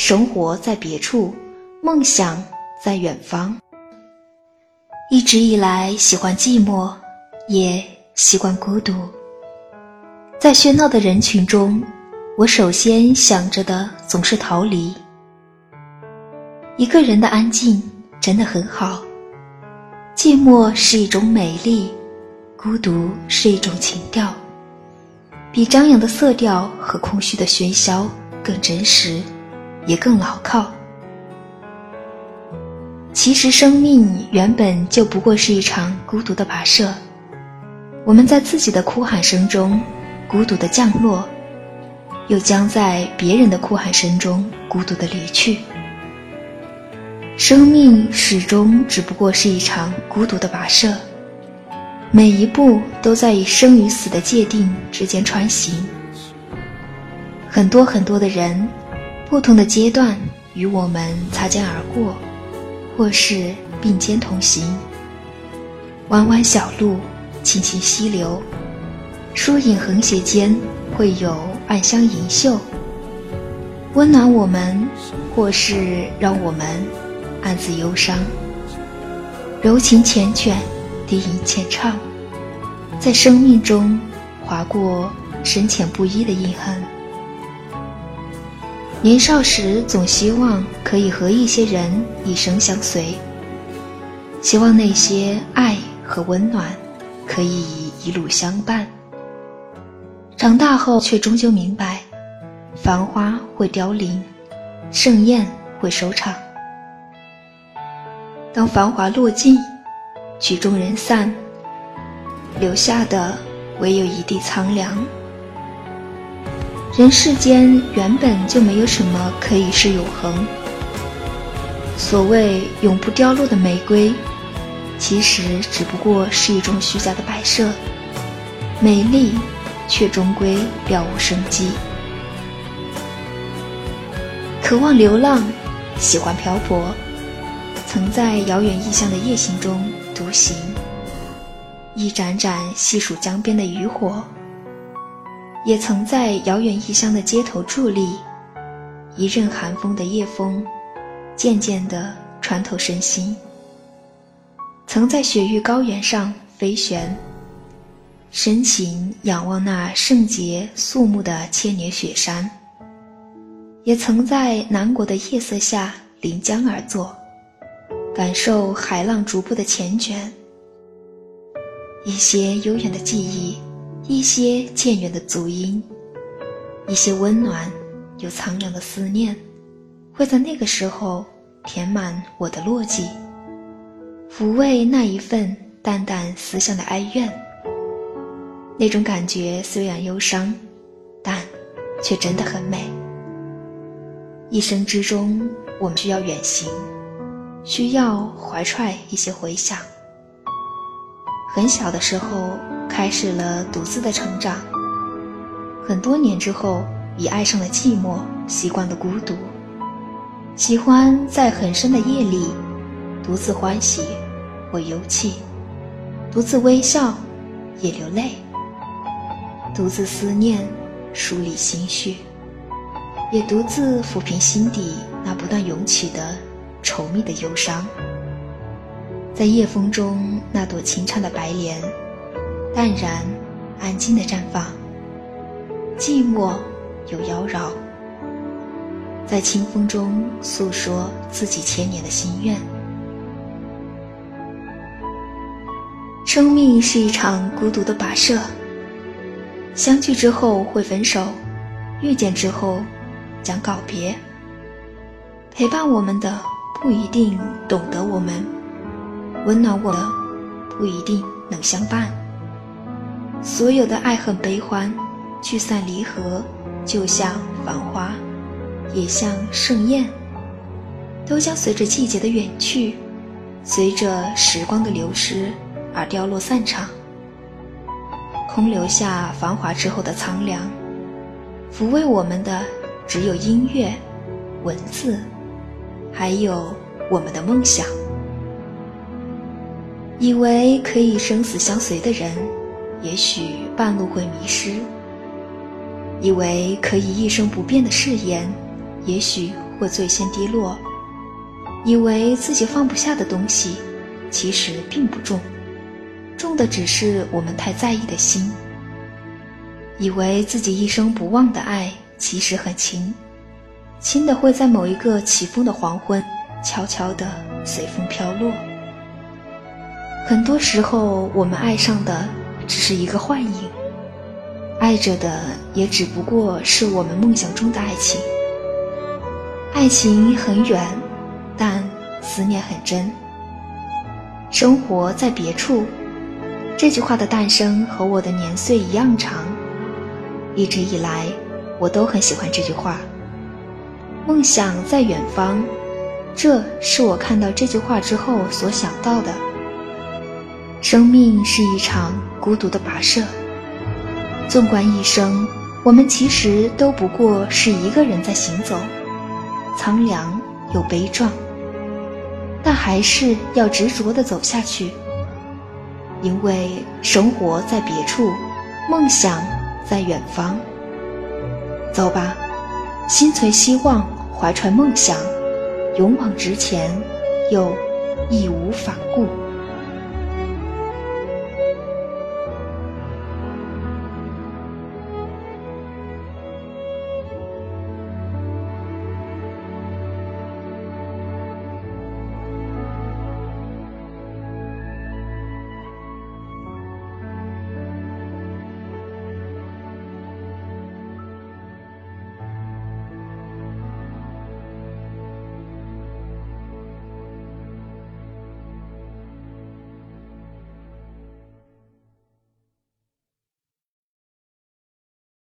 生活在别处，梦想在远方。一直以来喜欢寂寞，也习惯孤独。在喧闹的人群中，我首先想着的总是逃离。一个人的安静真的很好，寂寞是一种美丽，孤独是一种情调，比张扬的色调和空虚的喧嚣更真实，也更牢靠。其实生命原本就不过是一场孤独的跋涉，我们在自己的哭喊声中孤独的降落，又将在别人的哭喊声中孤独的离去。生命始终只不过是一场孤独的跋涉，每一步都在以生与死的界定之间穿行。很多很多的人，不同的阶段与我们擦肩而过，或是并肩同行。弯弯小路，清清溪流，疏影横斜间会有暗香盈袖，温暖我们，或是让我们暗自忧伤。柔情缱绻，低吟浅唱，在生命中划过深浅不一的印痕。年少时总希望可以和一些人一生相随，希望那些爱和温暖可以一路相伴。长大后却终究明白，繁花会凋零，盛宴会收场。当繁华落尽，曲终人散，留下的唯有一地苍凉。人世间原本就没有什么可以是永恒，所谓永不凋落的玫瑰，其实只不过是一种虚假的摆设，美丽却终归了无生机。渴望流浪，喜欢漂泊，曾在遥远异乡的夜行中独行，一盏盏细数江边的渔火，也曾在遥远异乡的街头伫立，一阵寒风的夜风渐渐地穿透身心。曾在雪域高原上飞旋，深情仰望那圣洁肃穆的千年雪山，也曾在南国的夜色下临江而坐，感受海浪逐步的缱绻。一些悠远的记忆，一些渐远的足音，一些温暖又苍凉的思念，会在那个时候填满我的落寂，抚慰那一份淡淡思乡的哀怨。那种感觉虽然忧伤，但却真的很美。一生之中，我们需要远行，需要怀揣一些回响。很小的时候开始了独自的成长，很多年之后已爱上了寂寞，习惯了孤独，喜欢在很深的夜里独自欢喜或忧泣，独自微笑也流泪，独自思念梳理心绪，也独自抚平心底那不断涌起的稠密的忧伤。在夜风中，那朵清畅的白莲淡然安静地绽放，寂寞又妖娆，在清风中诉说自己千年的心愿。生命是一场孤独的跋涉，相聚之后会分手，遇见之后将告别。陪伴我们的不一定懂得我们，温暖我的不一定能相伴。所有的爱恨悲欢，聚散离合，就像繁花，也像盛宴，都将随着季节的远去，随着时光的流失而凋落散场，空留下繁华之后的苍凉。抚慰我们的只有音乐、文字，还有我们的梦想。以为可以生死相随的人，也许半路会迷失；以为可以一生不变的誓言，也许会最先低落，以为自己放不下的东西其实并不重，重的只是我们太在意的心。以为自己一生不忘的爱其实很轻，轻的会在某一个起风的黄昏悄悄地随风飘落。很多时候我们爱上的只是一个幻影，爱着的也只不过是我们梦想中的爱情。爱情很远，但思念很真。生活在别处，这句话的诞生和我的年岁一样长，一直以来我都很喜欢这句话。梦想在远方，这是我看到这句话之后所想到的。生命是一场孤独的跋涉，纵观一生，我们其实都不过是一个人在行走，苍凉又悲壮，但还是要执着地走下去，因为生活在别处，梦想在远方。走吧，心存希望，怀揣梦想，勇往直前，又义无反顾。